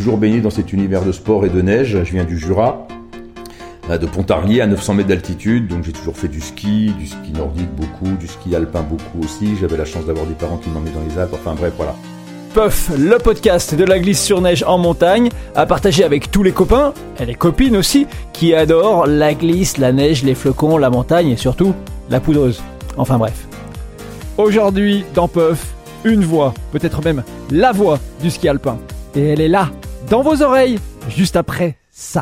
toujours baigné dans cet univers de sport et de neige. Je viens du Jura, de Pontarlier, à 900 mètres d'altitude. Donc j'ai toujours fait du ski nordique beaucoup, du ski alpin beaucoup aussi. J'avais la chance d'avoir des parents qui m'emmenaient dans les Alpes. Enfin bref, voilà. Puff, le podcast de la glisse sur neige en montagne, à partager avec tous les copains, et les copines aussi, qui adorent la glisse, la neige, les flocons, la montagne et surtout la poudreuse. Enfin bref. Aujourd'hui, dans Puff, une voix, peut-être même la voix du ski alpin. Et elle est là, dans vos oreilles, juste après ça.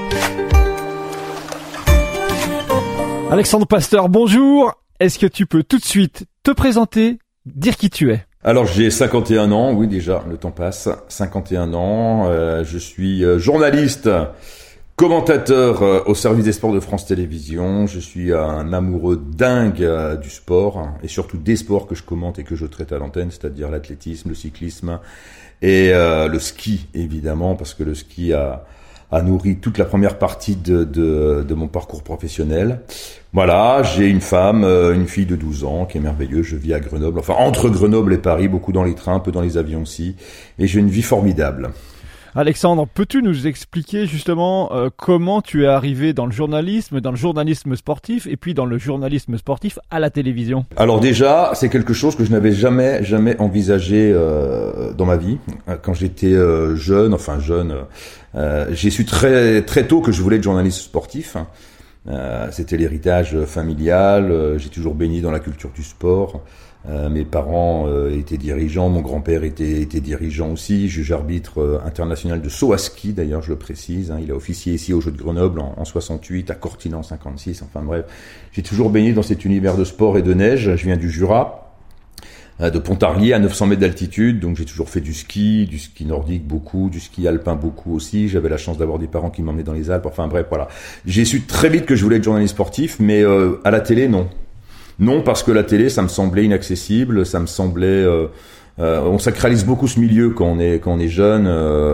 Alexandre Pasteur, bonjour. Est-ce que tu peux tout de suite te présenter, dire qui tu es ? Alors j'ai 51 ans, oui déjà, le temps passe, 51 ans, je suis journaliste, commentateur au service des sports de France Télévisions, je suis un amoureux dingue du sport et surtout des sports que je commente et que je traite à l'antenne, c'est-à-dire l'athlétisme, le cyclisme et le ski évidemment, parce que le ski a nourri toute la première partie de mon parcours professionnel. Voilà, j'ai une femme, une fille de 12 ans qui est merveilleuse, je vis à Grenoble, enfin entre Grenoble et Paris, beaucoup dans les trains, un peu dans les avions aussi, et j'ai une vie formidable. Alexandre, peux-tu nous expliquer justement comment tu es arrivé dans le journalisme sportif et puis dans le journalisme sportif à la télévision ? Alors déjà, c'est quelque chose que je n'avais jamais envisagé dans ma vie. Quand j'étais jeune, j'ai su très très tôt que je voulais être journaliste sportif. C'était l'héritage familial, j'ai toujours baigné dans la culture du sport. Mes parents étaient dirigeants, mon grand-père était dirigeant aussi, juge arbitre international de saut à ski d'ailleurs, je le précise, il a officié ici aux Jeux de Grenoble en 68, à Cortina en 56, enfin bref, j'ai toujours baigné dans cet univers de sport et de neige. Je viens du Jura, de Pontarlier à 900 mètres d'altitude, donc j'ai toujours fait du ski nordique beaucoup, du ski alpin beaucoup aussi. J'avais la chance d'avoir des parents qui m'emmenaient dans les Alpes, enfin bref, voilà. J'ai su très vite que je voulais être journaliste sportif, mais à la télé, non. Non, parce que la télé, ça me semblait inaccessible, ça me semblait... on sacralise beaucoup ce milieu quand on est jeune.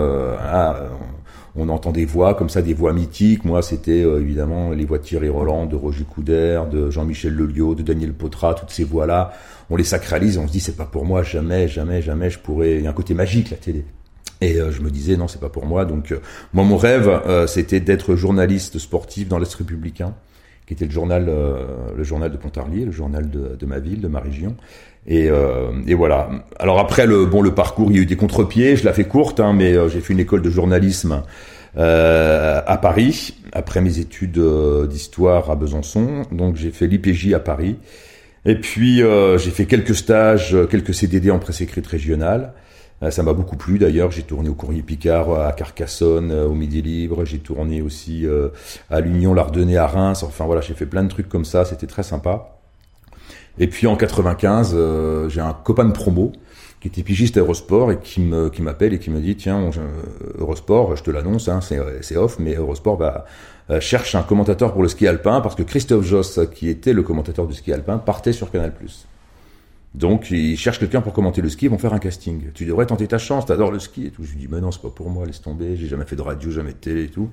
On entend des voix comme ça, des voix mythiques. Moi, c'était évidemment les voix de Thierry Roland, de Roger Coudert, de Jean-Michel Lelio, de Daniel Potra, toutes ces voix-là. On les sacralise, on se dit c'est pas pour moi, jamais je pourrais... Il y a un côté magique, la télé. Et je me disais non, c'est pas pour moi. Donc moi, mon rêve, c'était d'être journaliste sportif dans l'Est républicain, qui était le journal de Pontarlier, le journal de ma ville, de ma région. Et voilà. Alors après le parcours, il y a eu des contre-pieds, je la fais courte, mais j'ai fait une école de journalisme à Paris, après mes études d'histoire à Besançon. Donc j'ai fait l'IPJ à Paris. Et puis j'ai fait quelques stages, quelques CDD en presse écrite régionale. Ça m'a beaucoup plu d'ailleurs, j'ai tourné au Courrier Picard à Carcassonne, au Midi Libre, j'ai tourné aussi à l'Union Lardonnais à Reims, enfin voilà, j'ai fait plein de trucs comme ça, c'était très sympa. Et puis en 95, j'ai un copain de promo qui était pigiste à Eurosport et qui m'appelle et qui me dit tiens, Eurosport, je te l'annonce, c'est off, mais Eurosport cherche un commentateur pour le ski alpin parce que Christophe Josse, qui était le commentateur du ski alpin, partait sur Canal+. Donc, ils cherchent quelqu'un pour commenter le ski, ils vont faire un casting. Tu devrais tenter ta chance, t'adores le ski et tout. Je lui dis, mais non, c'est pas pour moi, laisse tomber, j'ai jamais fait de radio, jamais de télé et tout.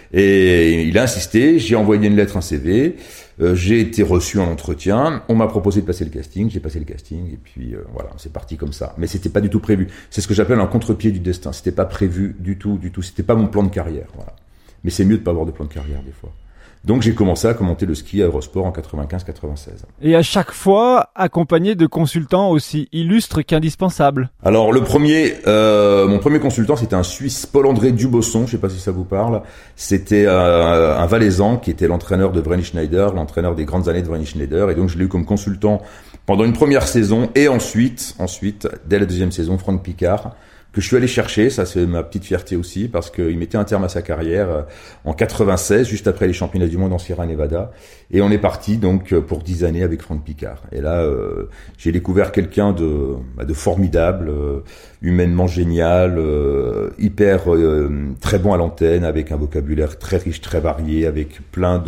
Et il a insisté, j'ai envoyé une lettre, un CV, j'ai été reçu en entretien, on m'a proposé de passer le casting, j'ai passé le casting, et puis voilà, c'est parti comme ça. Mais c'était pas du tout prévu. C'est ce que j'appelle un contre-pied du destin. C'était pas prévu du tout. C'était pas mon plan de carrière, voilà. Mais c'est mieux de pas avoir de plan de carrière, des fois. Donc j'ai commencé à commenter le ski à Eurosport en 95-96. Et à chaque fois, accompagné de consultants aussi illustres qu'indispensables. Alors mon premier consultant, c'était un Suisse, Paul-André Dubosson, je sais pas si ça vous parle. C'était un Valaisan qui était l'entraîneur de Vreni Schneider, l'entraîneur des grandes années de Vreni Schneider. Et donc je l'ai eu comme consultant pendant une première saison. Et ensuite, dès la deuxième saison, Franck Picard, que je suis allé chercher, ça c'est ma petite fierté aussi, parce qu'il mettait un terme à sa carrière en 96, juste après les championnats du monde en Sierra Nevada, et on est parti donc pour 10 années avec Franck Picard. Et là, j'ai découvert quelqu'un de formidable, humainement génial, hyper très bon à l'antenne, avec un vocabulaire très riche, très varié, avec plein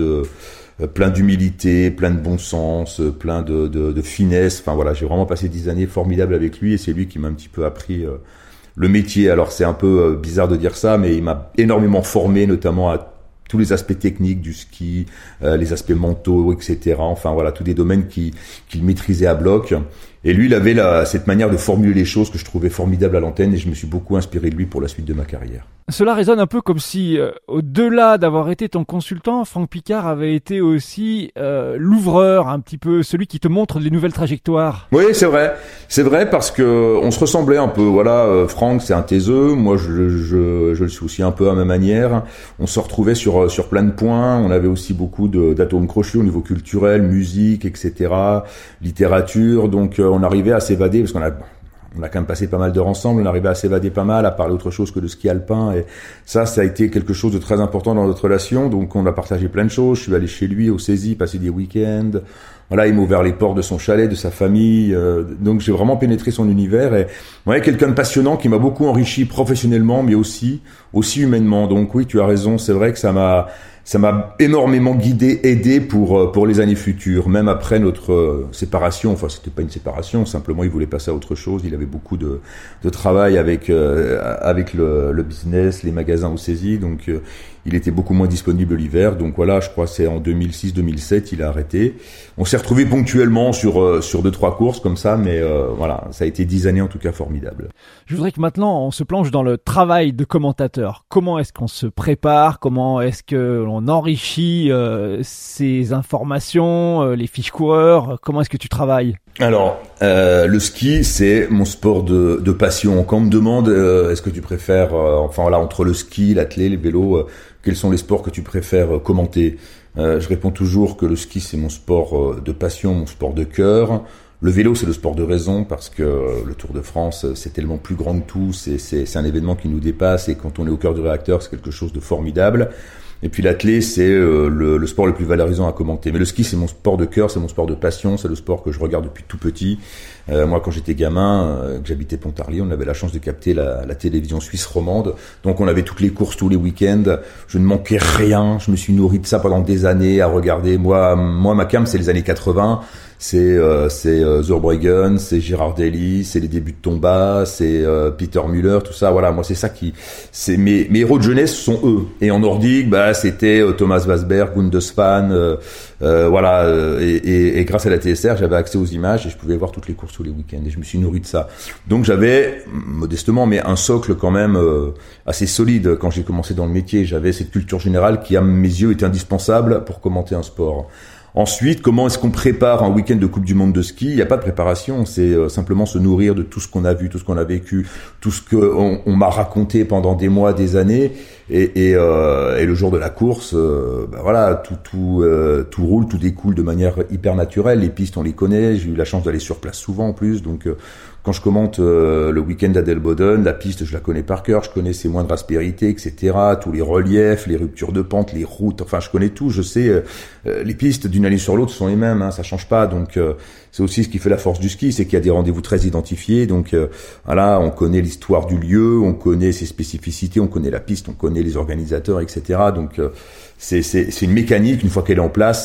d'humilité, plein de bon sens, plein de finesse. Enfin voilà, j'ai vraiment passé 10 années formidables avec lui, et c'est lui qui m'a un petit peu appris le métier. Alors c'est un peu bizarre de dire ça, mais il m'a énormément formé, notamment à tous les aspects techniques du ski, les aspects mentaux, etc. Enfin voilà, tous des domaines qu'il maîtrisait à bloc. Et lui, il avait cette manière de formuler les choses que je trouvais formidable à l'antenne et je me suis beaucoup inspiré de lui pour la suite de ma carrière. Cela résonne un peu comme si, au-delà d'avoir été ton consultant, Franck Picard avait été aussi l'ouvreur, un petit peu celui qui te montre les nouvelles trajectoires. Oui, c'est vrai. C'est vrai parce que on se ressemblait un peu. Voilà, Franck, c'est un taiseux. Moi, je le suis aussi un peu à ma manière. On se retrouvait sur plein de points. On avait aussi beaucoup d'atomes crochus au niveau culturel, musique, etc., littérature. Donc, on arrivait à s'évader parce qu'on a quand même passé pas mal d'heures ensemble, on arrivait à s'évader pas mal, à parler autre chose que de ski alpin, et ça a été quelque chose de très important dans notre relation. Donc on a partagé plein de choses. Je suis allé chez lui au Cési, passer des week-ends. Voilà, il m'a ouvert les portes de son chalet, de sa famille. Donc j'ai vraiment pénétré son univers. Et ouais, quelqu'un de passionnant qui m'a beaucoup enrichi professionnellement, mais aussi humainement. Donc oui, tu as raison. C'est vrai que ça m'a énormément guidé, aidé pour les années futures, même après notre séparation. Enfin, c'était pas une séparation, simplement il voulait passer à autre chose. Il avait beaucoup de travail avec le business, les magasins au Cési, donc il était beaucoup moins disponible l'hiver. Donc voilà, je crois que c'est en 2006-2007 il a arrêté. On s'est retrouvés ponctuellement sur 2-3 courses comme ça, mais voilà, ça a été 10 années en tout cas formidables. Je voudrais que maintenant on se plonge dans le travail de commentateur. Comment est-ce qu'on se prépare? Comment est-ce que on enrichit ces informations, les fiches coureurs? Comment est-ce que tu travailles? Alors, le ski, c'est mon sport de passion. Quand on me demande est-ce que tu préfères, enfin voilà, entre le ski, l'athlé, le vélo, quels sont les sports que tu préfères commenter? Je réponds toujours que le ski, c'est mon sport de passion, mon sport de cœur. Le vélo, c'est le sport de raison parce que le Tour de France, c'est tellement plus grand que tout. C'est un événement qui nous dépasse et quand on est au cœur du réacteur, c'est quelque chose de formidable. Et puis l'athlé, c'est le sport le plus valorisant à commenter. Mais le ski, c'est mon sport de cœur, c'est mon sport de passion, c'est le sport que je regarde depuis tout petit. Moi, quand j'étais gamin, que j'habitais Pontarlier, on avait la chance de capter la télévision suisse romande. Donc on avait toutes les courses tous les week-ends. Je ne manquais rien. Je me suis nourri de ça pendant des années à regarder. Moi, ma cam, c'est les années 80. C'est Zurbriggen, c'est Gérard Daly, c'est les débuts de Tomba, c'est Peter Müller, tout ça. Voilà, moi c'est ça c'est mes héros de jeunesse sont eux. Et en nordique, c'était Thomas Wasberg, Gundesvan, voilà. Et grâce à la TSR, j'avais accès aux images et je pouvais voir toutes les courses tous les week-ends. Et je me suis nourri de ça. Donc j'avais modestement, mais un socle quand même assez solide quand j'ai commencé dans le métier. J'avais cette culture générale qui, à mes yeux, est indispensable pour commenter un sport. Ensuite, comment est-ce qu'on prépare un week-end de Coupe du Monde de ski? Il n'y a pas de préparation, c'est simplement se nourrir de tout ce qu'on a vu, tout ce qu'on a vécu, tout ce que on m'a raconté pendant des mois, des années, et le jour de la course, voilà, tout roule, tout découle de manière hyper naturelle. Les pistes, on les connaît. J'ai eu la chance d'aller sur place souvent en plus, donc quand je commente le week-end d'Adelboden, la piste, je la connais par cœur, je connais ses moindres aspérités, etc., tous les reliefs, les ruptures de pente, les routes, enfin, je connais tout, je sais, les pistes d'une année sur l'autre sont les mêmes, ça change pas, donc c'est aussi ce qui fait la force du ski, c'est qu'il y a des rendez-vous très identifiés, donc voilà, on connaît l'histoire du lieu, on connaît ses spécificités, on connaît la piste, on connaît les organisateurs, etc., donc c'est une mécanique, une fois qu'elle est en place,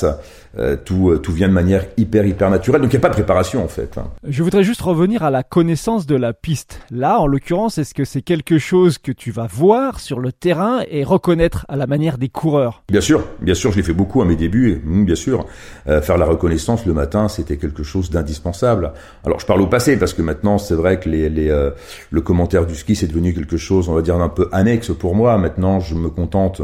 tout vient de manière hyper naturelle, donc il n'y a pas de préparation en fait. Je voudrais juste revenir à la connaissance de la piste. Là, en l'occurrence, est-ce que c'est quelque chose que tu vas voir sur le terrain et reconnaître à la manière des coureurs? Bien sûr, je l'ai fait beaucoup à mes débuts, bien sûr. Faire la reconnaissance le matin, c'était quelque chose d'indispensable. Alors je parle au passé parce que maintenant c'est vrai que le commentaire du ski c'est devenu quelque chose, on va dire, un peu annexe pour moi. Maintenant je me contente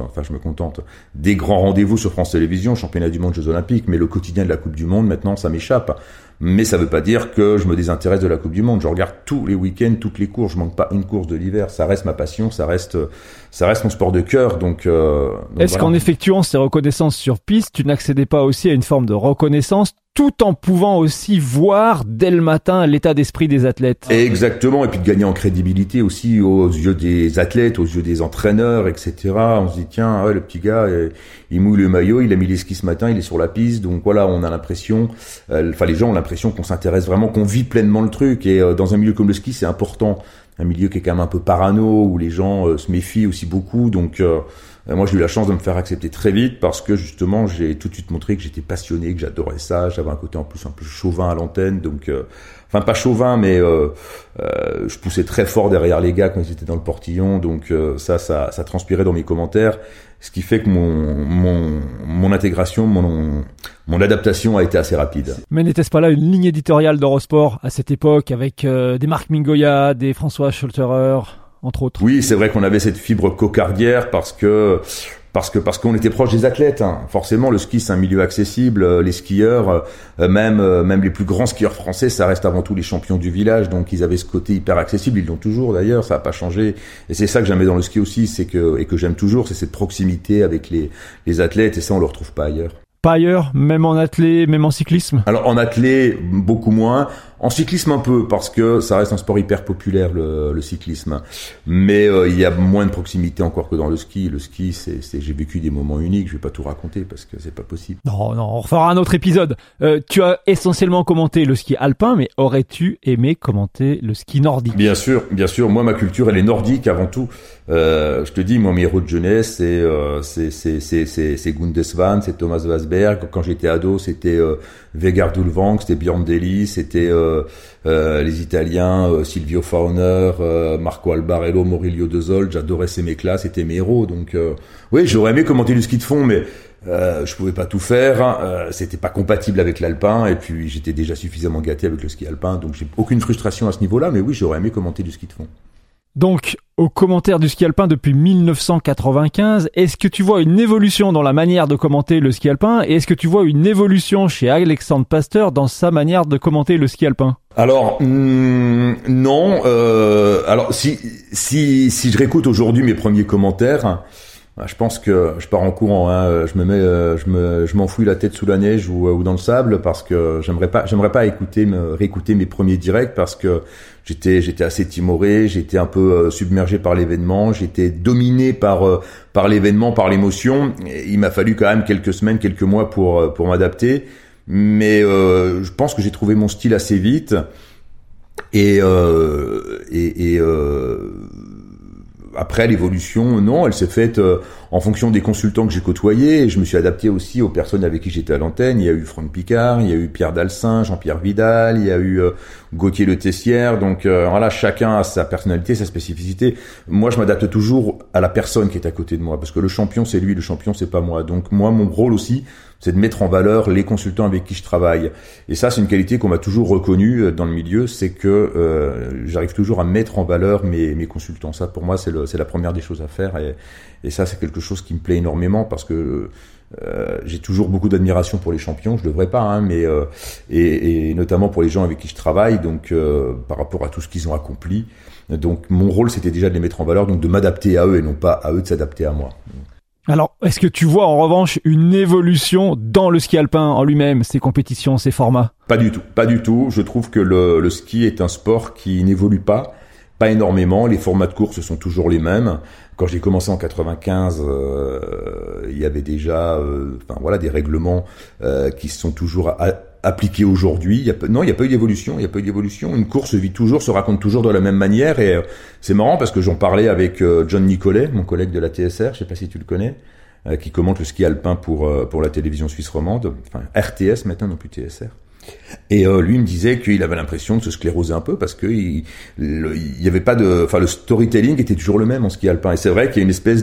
des grands rendez-vous sur France Télévisions, championnat du monde, Jeux Olympiques, mais le quotidien de la Coupe du Monde maintenant ça m'échappe. Mais ça veut pas dire que je me désintéresse de la Coupe du Monde. Je regarde tous les week-ends, toutes les courses. Je manque pas une course de l'hiver. Ça reste ma passion, ça reste mon sport de cœur. Donc est-ce qu'en effectuant ces reconnaissances sur piste, tu n'accédais pas aussi à une forme de reconnaissance tout en pouvant aussi voir dès le matin l'état d'esprit des athlètes? Exactement, et puis de gagner en crédibilité aussi aux yeux des athlètes, aux yeux des entraîneurs, etc. On se dit tiens, ouais, le petit gars, il mouille le maillot, il a mis les skis ce matin, il est sur la piste, donc voilà, on a l'impression, les gens ont l'impression qu'on s'intéresse vraiment, qu'on vit pleinement le truc, et dans un milieu comme le ski, c'est important. Un milieu qui est quand même un peu parano, où les gens se méfient aussi beaucoup, donc Moi, j'ai eu la chance de me faire accepter très vite parce que justement, j'ai tout de suite montré que j'étais passionné, que j'adorais ça. J'avais un côté en plus un peu chauvin à l'antenne, donc enfin pas chauvin, mais je poussais très fort derrière les gars quand ils étaient dans le portillon, donc ça transpirait dans mes commentaires, ce qui fait que mon intégration, mon adaptation a été assez rapide. Mais n'était-ce pas là une ligne éditoriale d'Eurosport à cette époque avec des Marc Mingoya, des François Scholterer, entre autres? Oui, c'est vrai qu'on avait cette fibre cocardière parce qu'on était proche des athlètes, hein. Forcément, le ski, c'est un milieu accessible. Les skieurs, même les plus grands skieurs français, ça reste avant tout les champions du village. Donc, ils avaient ce côté hyper accessible. Ils l'ont toujours, d'ailleurs. Ça n'a pas changé. Et c'est ça que j'aimais dans le ski aussi, et que j'aime toujours, c'est cette proximité avec les athlètes. Et ça, on le retrouve pas ailleurs. Pas ailleurs, même en athlé, même en cyclisme? Alors, en athlé, beaucoup moins. En cyclisme, un peu, parce que ça reste un sport hyper populaire, le cyclisme. Mais il y a moins de proximité encore que dans le ski. Le ski, j'ai vécu des moments uniques. Je vais pas tout raconter parce que c'est pas possible. Non, on refera un autre épisode. Tu as essentiellement commenté le ski alpin, mais aurais-tu aimé commenter le ski nordique? Bien sûr. Moi, ma culture, elle est nordique avant tout. Je te dis, moi, mes héros de jeunesse, c'est Gundesvan, c'est Thomas Wasberg. Quand j'étais ado, c'était Vegard Ulvang, c'était Björn Deli, c'était les Italiens, Silvio Fauner, Marco Albarello, Maurizio De Zoll. J'adorais ces mecs-là, c'était mes héros. Donc oui, j'aurais aimé commenter du ski de fond, mais je pouvais pas tout faire. C'était pas compatible avec l'alpin, et puis j'étais déjà suffisamment gâté avec le ski alpin, donc j'ai aucune frustration à ce niveau-là. Mais oui, j'aurais aimé commenter du ski de fond. Donc, au commentaire du ski alpin depuis 1995, est-ce que tu vois une évolution dans la manière de commenter le ski alpin, et est-ce que tu vois une évolution chez Alexandre Pasteur dans sa manière de commenter le ski alpin? Alors, non. Alors, si je réécoute aujourd'hui mes premiers commentaires, je pense que je pars en courant, hein. Je m'enfouis la tête sous la neige ou dans le sable, parce que j'aimerais pas réécouter mes premiers directs, parce que j'étais assez timoré, j'étais un peu submergé par l'événement, j'étais dominé par l'événement, par l'émotion. Il m'a fallu quand même quelques semaines, quelques mois pour m'adapter, mais je pense que j'ai trouvé mon style assez vite, et après, l'évolution, non, elle s'est faite en fonction des consultants que j'ai côtoyés, et je me suis adapté aussi aux personnes avec qui j'étais à l'antenne. Il y a eu Franck Picard, il y a eu Pierre Dalsin, Jean-Pierre Vidal, il y a eu Gauthier Le Tessière. Donc voilà, chacun a sa personnalité, sa spécificité. Moi, je m'adapte toujours à la personne qui est à côté de moi, parce que le champion, c'est lui, le champion, c'est pas moi. Donc moi, mon rôle aussi, c'est de mettre en valeur les consultants avec qui je travaille. Et ça, c'est une qualité qu'on m'a toujours reconnue dans le milieu, c'est que j'arrive toujours à mettre en valeur mes consultants. Ça, pour moi, c'est la première des choses à faire, et ça, c'est quelque chose qui me plaît énormément, parce que j'ai toujours beaucoup d'admiration pour les champions. Je devrais pas, hein, mais et notamment pour les gens avec qui je travaille. Donc, par rapport à tout ce qu'ils ont accompli. Donc, mon rôle, c'était déjà de les mettre en valeur, donc de m'adapter à eux et non pas à eux de s'adapter à moi. Alors, est-ce que tu vois en revanche une évolution dans le ski alpin en lui-même, ses compétitions, ses formats? Pas du tout. Je trouve que le ski est un sport qui n'évolue pas énormément. Les formats de course sont toujours les mêmes. Quand j'ai commencé en 95, il y avait déjà des règlements qui sont toujours appliqués aujourd'hui. Il y a pas eu d'évolution. Une course se raconte toujours de la même manière, et c'est marrant parce que j'en parlais avec John Nicolet, mon collègue de la TSR, je sais pas si tu le connais, qui commente le ski alpin pour la télévision suisse romande, enfin RTS maintenant, non plus TSR. Et lui me disait qu'il avait l'impression de se scléroser un peu, parce que il y avait pas le storytelling était toujours le même en ski alpin, et c'est vrai qu'il y a une espèce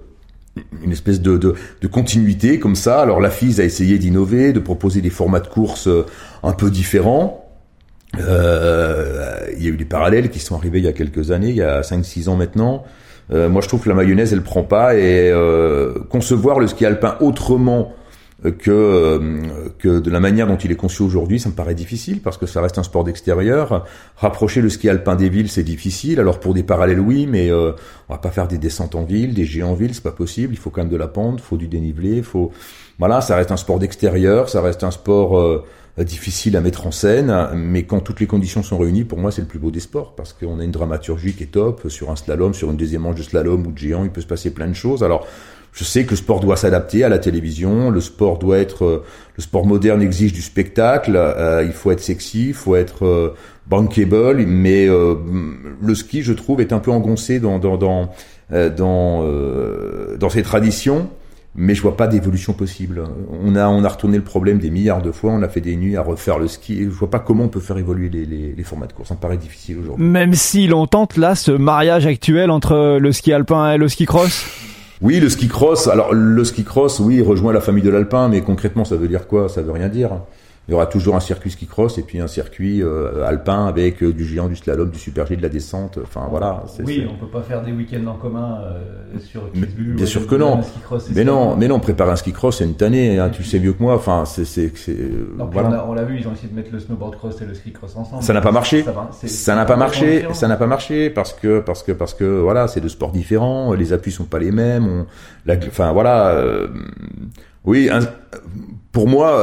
de continuité comme ça. Alors la FIS a essayé d'innover, de proposer des formats de course un peu différents. Il y a eu des parallèles qui sont arrivés il y a quelques années, il y a 5-6 ans maintenant. Moi, je trouve que la mayonnaise, elle prend pas, et concevoir le ski alpin autrement que de la manière dont il est conçu aujourd'hui, ça me paraît difficile, parce que ça reste un sport d'extérieur. Rapprocher le ski alpin des villes, c'est difficile. Alors pour des parallèles, oui, mais on va pas faire des descentes en ville, des jets en ville, c'est pas possible. Il faut quand même de la pente, faut du dénivelé, ça reste un sport d'extérieur, ça reste un sport difficile à mettre en scène, mais quand toutes les conditions sont réunies, pour moi, c'est le plus beau des sports, parce qu'on a une dramaturgie qui est top. Sur un slalom, sur une deuxième manche de slalom ou de géant, il peut se passer plein de choses. Alors, Je sais que le sport doit s'adapter à la télévision. Le sport moderne exige du spectacle. Il faut être sexy, il faut être bankable. Mais le ski, je trouve, est un peu engoncé dans ces traditions. Mais je vois pas d'évolution possible. On a retourné le problème des milliards de fois, on a fait des nuits à refaire le ski, et je vois pas comment on peut faire évoluer les formats de course. Ça me paraît difficile aujourd'hui. Même si l'on tente là ce mariage actuel entre le ski alpin et le ski cross. Oui, le ski cross. Alors le ski cross, oui, rejoint la famille de l'alpin, mais concrètement, ça veut dire quoi? Ça veut rien dire. Il y aura toujours un circuit ski cross et puis un circuit alpin avec du géant, du slalom, du super G, de la descente. Enfin voilà. On peut pas faire des week-ends en commun sur Kitzbühel. Bien sûr que non. Mais non, préparer un ski cross, c'est une tannée. Hein, tu le sais mieux que moi. Enfin, voilà. On l'a vu, ils ont essayé de mettre le snowboard cross et le ski cross ensemble. Ça n'a pas marché. Ça n'a pas marché parce que voilà, c'est deux sports différents. Les appuis sont pas les mêmes. Enfin voilà. Oui, pour moi.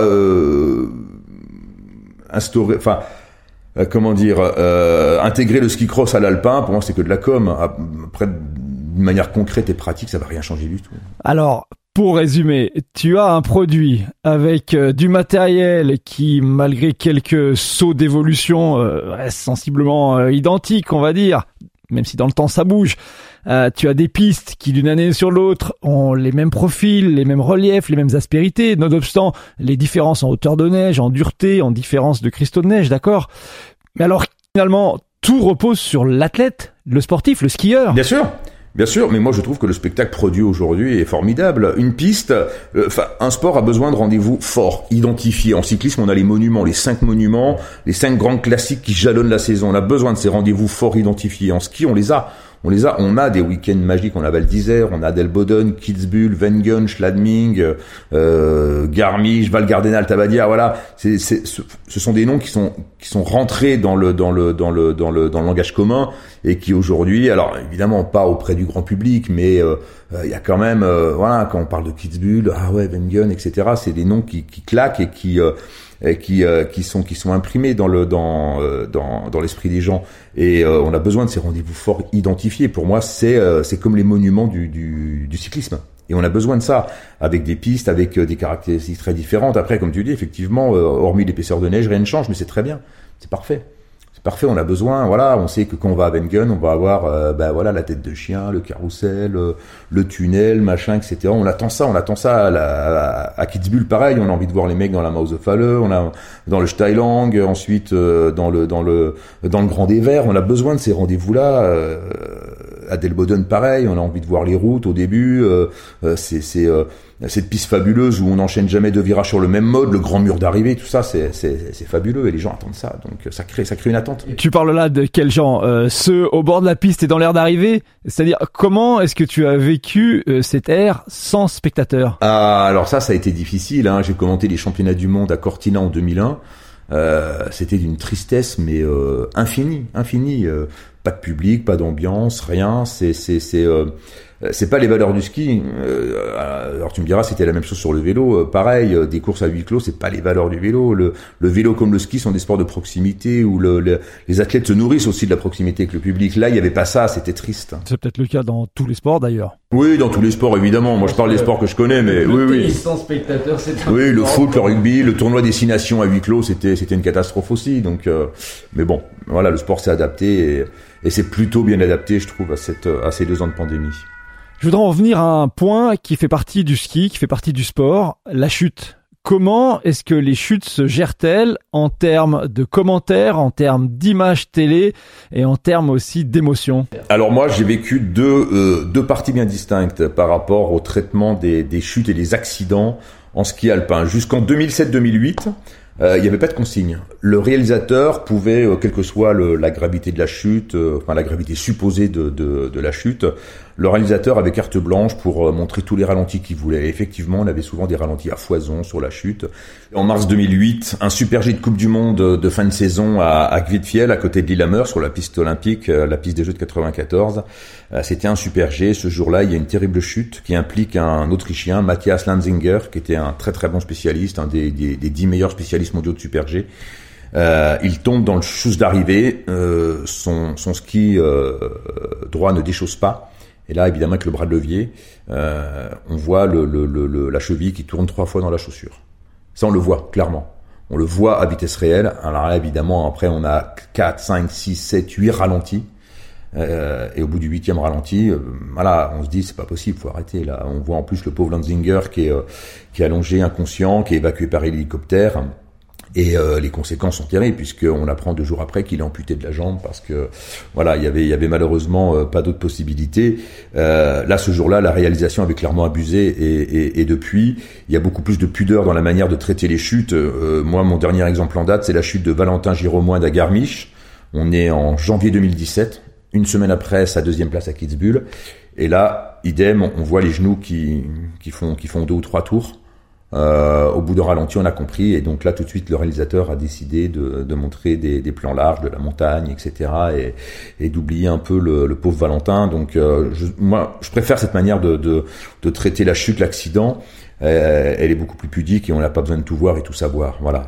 Intégrer le ski cross à l'alpin, pour moi c'est que de la com. Après, d'une manière concrète et pratique, ça va rien changer du tout. Alors, pour résumer, tu as un produit avec du matériel qui, malgré quelques sauts d'évolution, reste sensiblement identique, on va dire, même si dans le temps ça bouge. Tu as des pistes qui, d'une année sur l'autre, ont les mêmes profils, les mêmes reliefs, les mêmes aspérités, nonobstant les différences en hauteur de neige, en dureté, en différence de cristaux de neige, d'accord? Mais alors, finalement, tout repose sur l'athlète, le sportif, le skieur. Bien sûr, mais moi je trouve que le spectacle produit aujourd'hui est formidable. Une piste, un sport a besoin de rendez-vous forts, identifiés. En cyclisme, on a les monuments, les 5 monuments, les 5 grands classiques qui jalonnent la saison. On a besoin de ces rendez-vous forts identifiés. En ski, on a des week-ends magiques, on a Val d'Isère, on a Delboden, Kitzbühel, Wengen, Schladming, Garmisch, Val Gardena, Alta-Badia, voilà. Ce sont des noms qui sont rentrés dans le langage commun et qui aujourd'hui, alors évidemment pas auprès du grand public, mais il y a quand même, voilà, quand on parle de Kitzbühel, Wengen, etc., c'est des noms qui claquent et qui sont imprimés dans l'esprit des gens, et on a besoin de ces rendez-vous forts identifiés. Pour moi, c'est comme les monuments du cyclisme, et on a besoin de ça, avec des pistes, avec des caractéristiques très différentes. Après, comme tu dis, effectivement, hormis l'épaisseur de neige, rien ne change, mais c'est très bien, c'est parfait. On a besoin, voilà, on sait que quand on va à Wengen, on va avoir la tête de chien, le carrousel, le tunnel, machin, etc. On attend ça à Kitzbühel, pareil, on a envie de voir les mecs dans la Maus of Halle, on a dans le Steilang, ensuite dans le Grand des Verts, on a besoin de ces rendez-vous-là. À Delboden, pareil, on a envie de voir les routes au début, cette piste fabuleuse où on n'enchaîne jamais 2 virages sur le même mode, le grand mur d'arrivée, tout ça, c'est fabuleux, et les gens attendent ça, donc ça crée une attente. Tu parles là de quels gens? Ceux au bord de la piste et dans l'air d'arrivée? C'est-à-dire, comment est-ce que tu as vécu cette ère sans spectateurs? Alors ça a été difficile, hein. J'ai commenté les championnats du monde à Cortina en 2001. C'était d'une tristesse, mais infinie. Pas de public, pas d'ambiance, rien. C'est pas les valeurs du ski. Alors tu me diras, c'était la même chose sur le vélo. Pareil, des courses à huis clos, c'est pas les valeurs du vélo. Le vélo comme le ski sont des sports de proximité où les athlètes se nourrissent aussi de la proximité avec le public. Là, il y avait pas ça, c'était triste. C'est peut-être le cas dans tous les sports d'ailleurs. Oui, dans tous les sports évidemment. Moi, je parle des sports que je connais, mais oui. Sans spectateurs, c'est oui, le foot, le rugby, le tournoi Destination à huis clos, c'était une catastrophe aussi. Donc, mais bon, voilà, le sport s'est adapté et c'est plutôt bien adapté, je trouve, à ces 2 ans de pandémie. Je voudrais en venir à un point qui fait partie du ski, qui fait partie du sport, la chute. Comment est-ce que les chutes se gèrent-elles en termes de commentaires, en termes d'images télé et en termes aussi d'émotions? Alors moi, j'ai vécu deux parties bien distinctes par rapport au traitement des chutes et des accidents en ski alpin. Jusqu'en 2007-2008, il n'y avait pas de consigne. Le réalisateur pouvait, quelle que soit la gravité de la chute, la gravité supposée de la chute, le réalisateur avait carte blanche pour montrer tous les ralentis qu'il voulait. Et effectivement, on avait souvent des ralentis à foison sur la chute. En mars 2008, un super G de Coupe du Monde de fin de saison à Kvitfjell, à côté de Lillehammer, sur la piste olympique, la piste des Jeux de 94. C'était un super G. Ce jour-là, il y a une terrible chute qui implique un Autrichien, Matthias Lanzinger, qui était un très très bon spécialiste, un des 10 meilleurs spécialistes mondiaux de super G. Il tombe dans le chousse d'arrivée, son ski droit ne déchausse pas. Et là, évidemment, avec le bras de levier, on voit la cheville qui tourne 3 fois dans la chaussure. Ça, on le voit, clairement. On le voit à vitesse réelle. Alors là, évidemment, après, on a 4, 5, 6, 7, 8 ralentis. Et au bout du 8e ralenti, voilà, on se dit, c'est pas possible, faut arrêter, là. On voit en plus le pauvre Lanzinger qui est allongé, inconscient, qui est évacué par hélicoptère. Et les conséquences sont terribles, puisqu'on apprend 2 jours après qu'il est amputé de la jambe, parce que voilà, il y avait malheureusement pas d'autres possibilités. Là, ce jour-là, la réalisation avait clairement abusé, et depuis, il y a beaucoup plus de pudeur dans la manière de traiter les chutes. Moi, mon dernier exemple en date, c'est la chute de Valentin Giromoin à Garmisch. On est en janvier 2017, une semaine après sa 2e place à Kitzbühel. Et là, idem, on voit les genoux qui font 2 ou 3 tours. Au bout de ralenti, on a compris, et donc là tout de suite le réalisateur a décidé de montrer des plans larges de la montagne, etc., et d'oublier un peu le pauvre Valentin. Donc moi je préfère cette manière de traiter la chute, l'accident. Elle est beaucoup plus pudique et on n'a pas besoin de tout voir et tout savoir. Voilà,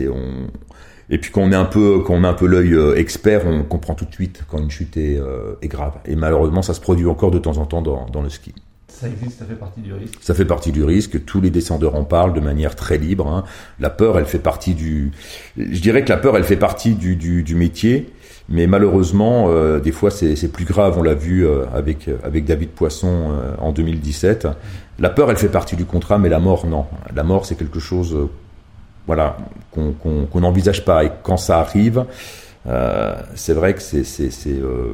et puis quand on a un peu l'œil expert, on comprend tout de suite quand une chute est grave. Et malheureusement, ça se produit encore de temps en temps dans le ski. Ça existe, ça fait partie du risque. Ça fait partie du risque. Tous les descendeurs en parlent de manière très libre. Hein. La peur, elle fait partie je dirais que la peur, elle fait partie du métier. Mais malheureusement, des fois, c'est plus grave. On l'a vu avec David Poisson en 2017. La peur, elle fait partie du contrat, mais la mort, non. La mort, c'est quelque chose, voilà, qu'on n'envisage pas. Et quand ça arrive, c'est vrai que c'est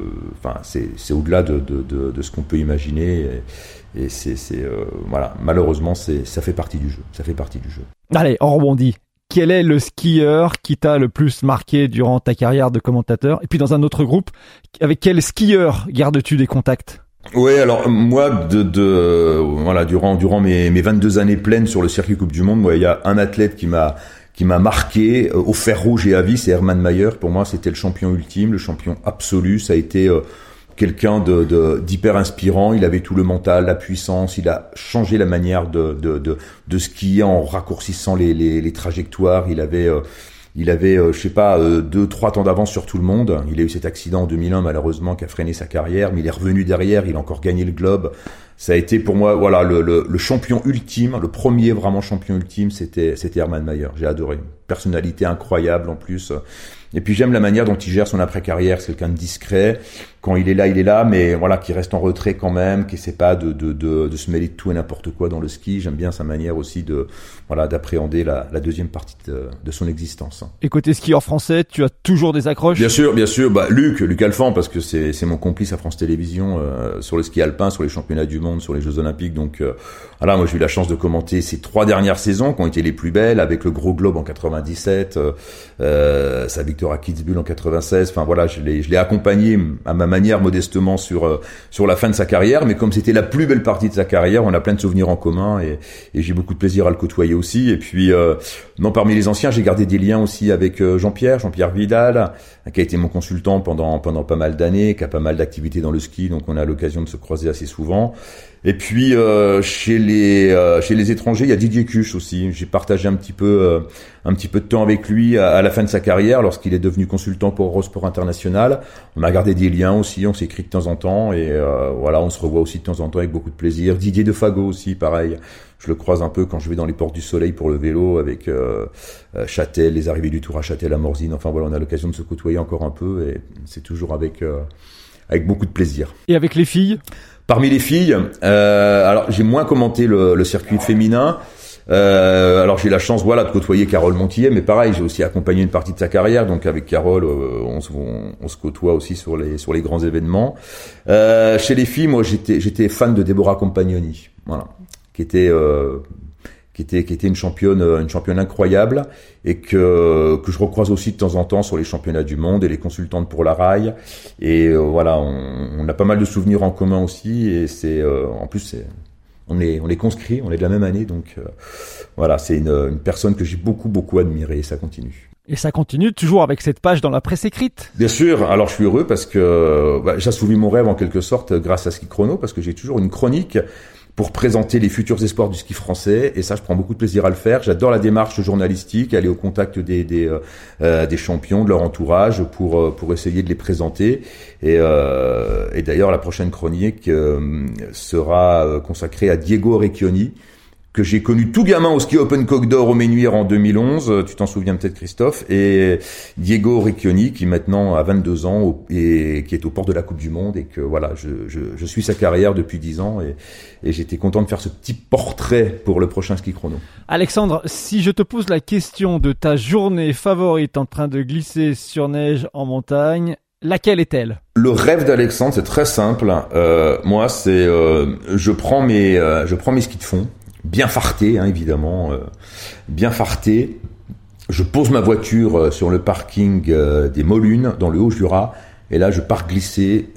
au-delà de ce qu'on peut imaginer. Et voilà, malheureusement, ça fait partie du jeu. Ça fait partie du jeu. Allez, on rebondit. Quel est le skieur qui t'a le plus marqué durant ta carrière de commentateur? Et puis dans un autre groupe, avec quel skieur gardes-tu des contacts? Ouais, alors moi, voilà, durant mes 22 années pleines sur le circuit Coupe du Monde, moi, il y a un athlète qui m'a marqué au fer rouge et à vie, c'est Hermann Maier. Pour moi, c'était le champion ultime, le champion absolu. Ça a été quelqu'un d'hyper inspirant. Il avait tout le mental, la puissance. Il a changé la manière de skier en raccourcissant les trajectoires. Il avait je sais pas, 2-3 temps d'avance sur tout le monde. Il a eu cet accident en 2001, malheureusement, qui a freiné sa carrière, mais il est revenu derrière. Il a encore gagné le globe. Ça a été pour moi, voilà, le champion ultime, le premier vraiment champion ultime, c'était Hermann Maier. J'ai adoré. Personnalité incroyable en plus. Et puis j'aime la manière dont il gère son après-carrière. C'est quelqu'un de discret. Quand il est là, mais voilà, qui reste en retrait quand même, qui essaie pas de se mêler de tout et n'importe quoi dans le ski. J'aime bien sa manière aussi d'appréhender la deuxième partie de son existence. Et côté skieur français, tu as toujours des accroches? Bien sûr. Bah, Luc Alphand, parce que c'est mon complice à France Télévisions, sur le ski alpin, sur les championnats du monde, sur les Jeux Olympiques. Donc, voilà, moi j'ai eu la chance de commenter ces 3 dernières saisons qui ont été les plus belles, avec le Gros Globe en 97, sa victoire à Kitzbühel en 96. Enfin voilà, je l'ai accompagné à ma manière modestement sur la fin de sa carrière, mais comme c'était la plus belle partie de sa carrière, on a plein de souvenirs en commun et j'ai beaucoup de plaisir à le côtoyer aussi. Et puis parmi les anciens, j'ai gardé des liens aussi avec Jean-Pierre Vidal, qui a été mon consultant pendant pas mal d'années, qui a pas mal d'activités dans le ski, donc on a l'occasion de se croiser assez souvent. Et puis chez les étrangers, il y a Didier Cuche aussi. J'ai partagé un petit peu de temps avec lui à la fin de sa carrière, lorsqu'il est devenu consultant pour Eurosport International. On a gardé des liens aussi, on s'écrit de temps en temps et voilà, on se revoit aussi de temps en temps avec beaucoup de plaisir. Didier Defago aussi, pareil. Je le croise un peu quand je vais dans les Portes du Soleil pour le vélo avec Châtel, les arrivées du Tour à Châtel à Morzine. Enfin voilà, on a l'occasion de se côtoyer encore un peu et c'est toujours avec beaucoup de plaisir. Et avec les filles? Parmi les filles, alors j'ai moins commenté le circuit féminin. Alors j'ai la chance, voilà, de côtoyer Carole Montillet, mais pareil, j'ai aussi accompagné une partie de sa carrière, donc avec Carole, on se côtoie aussi sur les grands événements. Chez les filles, moi, j'étais fan de Deborah Compagnoni, voilà, qui était une championne incroyable et que je recroise aussi de temps en temps sur les championnats du monde et les consultantes pour la rail. Et voilà, on a pas mal de souvenirs en commun aussi et en plus on est conscrits, on est de la même année, donc voilà, c'est une personne que j'ai beaucoup admirée et ça continue. Et ça continue toujours avec cette page dans la presse écrite? Bien sûr, alors je suis heureux parce que j'assouvis mon rêve en quelque sorte grâce à Ski Chrono, parce que j'ai toujours une chronique pour présenter les futurs espoirs du ski français. Et ça, je prends beaucoup de plaisir à le faire. J'adore la démarche journalistique, aller au contact des champions, de leur entourage, pour essayer de les présenter. Et d'ailleurs, la prochaine chronique sera consacrée à Diego Recchioni, que j'ai connu tout gamin au ski Open Côte d'Or au Ménuire en 2011, tu t'en souviens peut-être Christophe, et Diego Recchioni qui maintenant a 22 ans et qui est au port de la Coupe du Monde, et que voilà, je suis sa carrière depuis 10 ans et j'étais content de faire ce petit portrait pour le prochain ski chrono. Alexandre, si je te pose la question de ta journée favorite en train de glisser sur neige en montagne, laquelle est-elle ? Le rêve d'Alexandre, c'est très simple. Moi, c'est je prends mes skis de fond, bien fartés, hein, évidemment, bien fartés. Je pose ma voiture sur le parking des Molunes, dans le Haut-Jura, et là, je pars glisser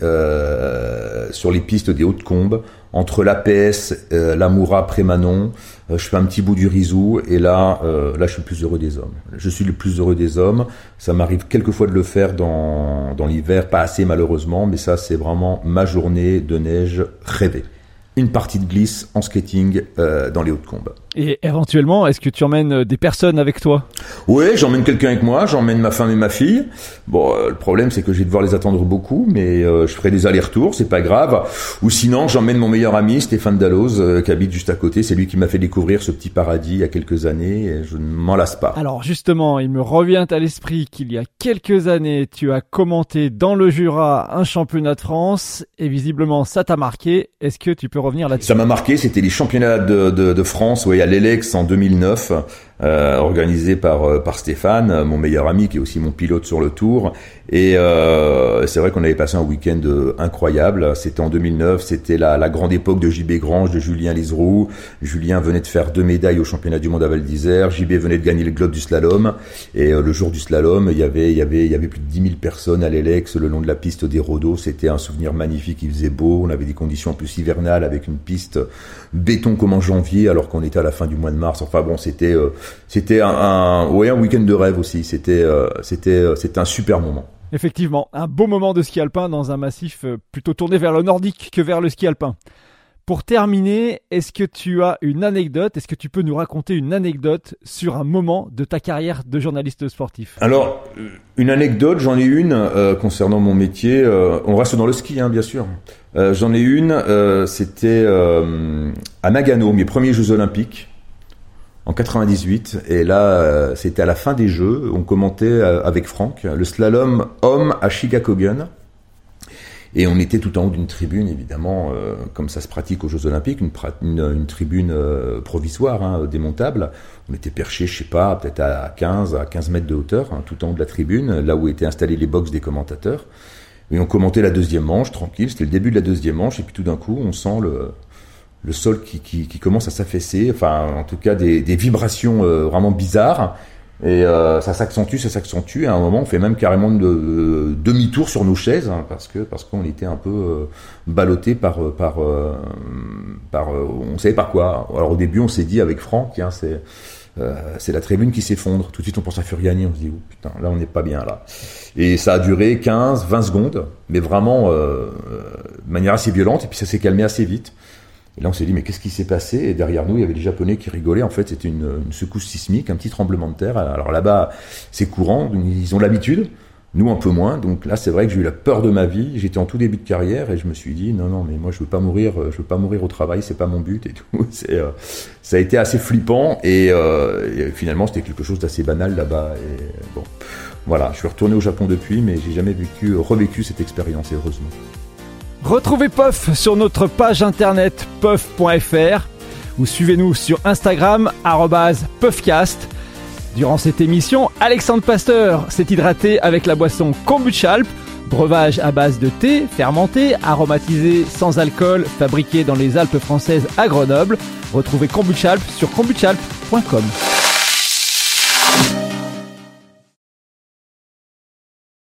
sur les pistes des Hautes-Combes, entre l'APS, l'Amoura, Prémanon. Je fais un petit bout du Rizou, et là, je suis le plus heureux des hommes. Je suis le plus heureux des hommes. Ça m'arrive quelquefois de le faire dans l'hiver, pas assez malheureusement, mais ça, c'est vraiment ma journée de neige rêvée. Une partie de glisse en skating dans les Hautes-Combes. Et éventuellement, est-ce que tu emmènes des personnes avec toi ? Oui, j'emmène quelqu'un avec moi, j'emmène ma femme et ma fille. Bon, le problème, c'est que je vais devoir les attendre beaucoup, mais je ferai des allers-retours, c'est pas grave. Ou sinon, j'emmène mon meilleur ami, Stéphane Dalloz, qui habite juste à côté. C'est lui qui m'a fait découvrir ce petit paradis il y a quelques années, et je ne m'en lasse pas. Alors justement, il me revient à l'esprit qu'il y a quelques années, tu as commenté dans le Jura un championnat de France, et visiblement, ça t'a marqué. Est-ce que tu peux revenir là-dessus ? Ça m'a marqué, c'était les championnats de France, à l'Elex en 2009, organisé par Stéphane, mon meilleur ami, qui est aussi mon pilote sur le Tour. Et c'est vrai qu'on avait passé un week-end incroyable. C'était en 2009, c'était la grande époque de JB Grange, de Julien Liseroux. Julien venait de faire 2 médailles au championnat du monde à Val d'Isère. JB venait de gagner le globe du slalom. Et le jour du slalom, il y avait plus de 10 000 personnes à l'Elex, le long de la piste des Rodos. C'était un souvenir magnifique, il faisait beau. On avait des conditions en plus hivernales, avec une piste béton comme en janvier, alors qu'on était à la fin du mois de mars. Enfin bon, c'était un week-end de rêve aussi. C'était un super moment. Effectivement, un beau moment de ski alpin dans un massif plutôt tourné vers le nordique que vers le ski alpin. Pour terminer, est-ce que tu as une anecdote ? Est-ce que tu peux nous raconter une anecdote sur un moment de ta carrière de journaliste sportif ? Alors, une anecdote, j'en ai une concernant mon métier. On reste dans le ski, hein, bien sûr. J'en ai une, c'était à Nagano, mes premiers Jeux Olympiques, en 98. Et là, c'était à la fin des Jeux. On commentait avec Franck le slalom homme à Shikogan. Et on était tout en haut d'une tribune, évidemment, comme ça se pratique aux Jeux Olympiques, une tribune provisoire, hein, démontable. On était perché, je sais pas, peut-être à 15 mètres de hauteur, hein, tout en haut de la tribune, là où étaient installés les box des commentateurs. Et on commentait la deuxième manche, tranquille, c'était le début de la deuxième manche, et puis tout d'un coup, on sent le sol qui commence à s'affaisser, enfin, en tout cas, des vibrations vraiment bizarres. Et ça s'accentue. À un moment, on fait même carrément demi-tour sur nos chaises, hein, parce qu'on était un peu ballotté par on savait pas quoi. Alors au début, on s'est dit avec Franck, hein, c'est la tribune qui s'effondre. Tout de suite, on pense à Furiani, on se dit, oh putain, là, on n'est pas bien, là. Et ça a duré 15-20 secondes, mais vraiment de manière assez violente, et puis ça s'est calmé assez vite. Et là, on s'est dit, mais qu'est-ce qui s'est passé ? Et derrière nous, il y avait les Japonais qui rigolaient. En fait, c'était une secousse sismique, un petit tremblement de terre. Alors là-bas, c'est courant, ils ont l'habitude. Nous, un peu moins. Donc là, c'est vrai que j'ai eu la peur de ma vie. J'étais en tout début de carrière et je me suis dit, non, mais moi, je veux pas mourir au travail, c'est pas mon but et tout. Ça a été assez flippant et finalement, c'était quelque chose d'assez banal là-bas. Et bon, voilà, je suis retourné au Japon depuis, mais j'ai jamais revécu cette expérience, heureusement. Retrouvez Puff sur notre page internet puff.fr ou suivez-nous sur Instagram @puffcast. Durant cette émission, Alexandre Pasteur s'est hydraté avec la boisson Kombucha Alp, breuvage à base de thé fermenté, aromatisé sans alcool, fabriqué dans les Alpes françaises à Grenoble. Retrouvez Kombucha Alp sur kombuchalp.com.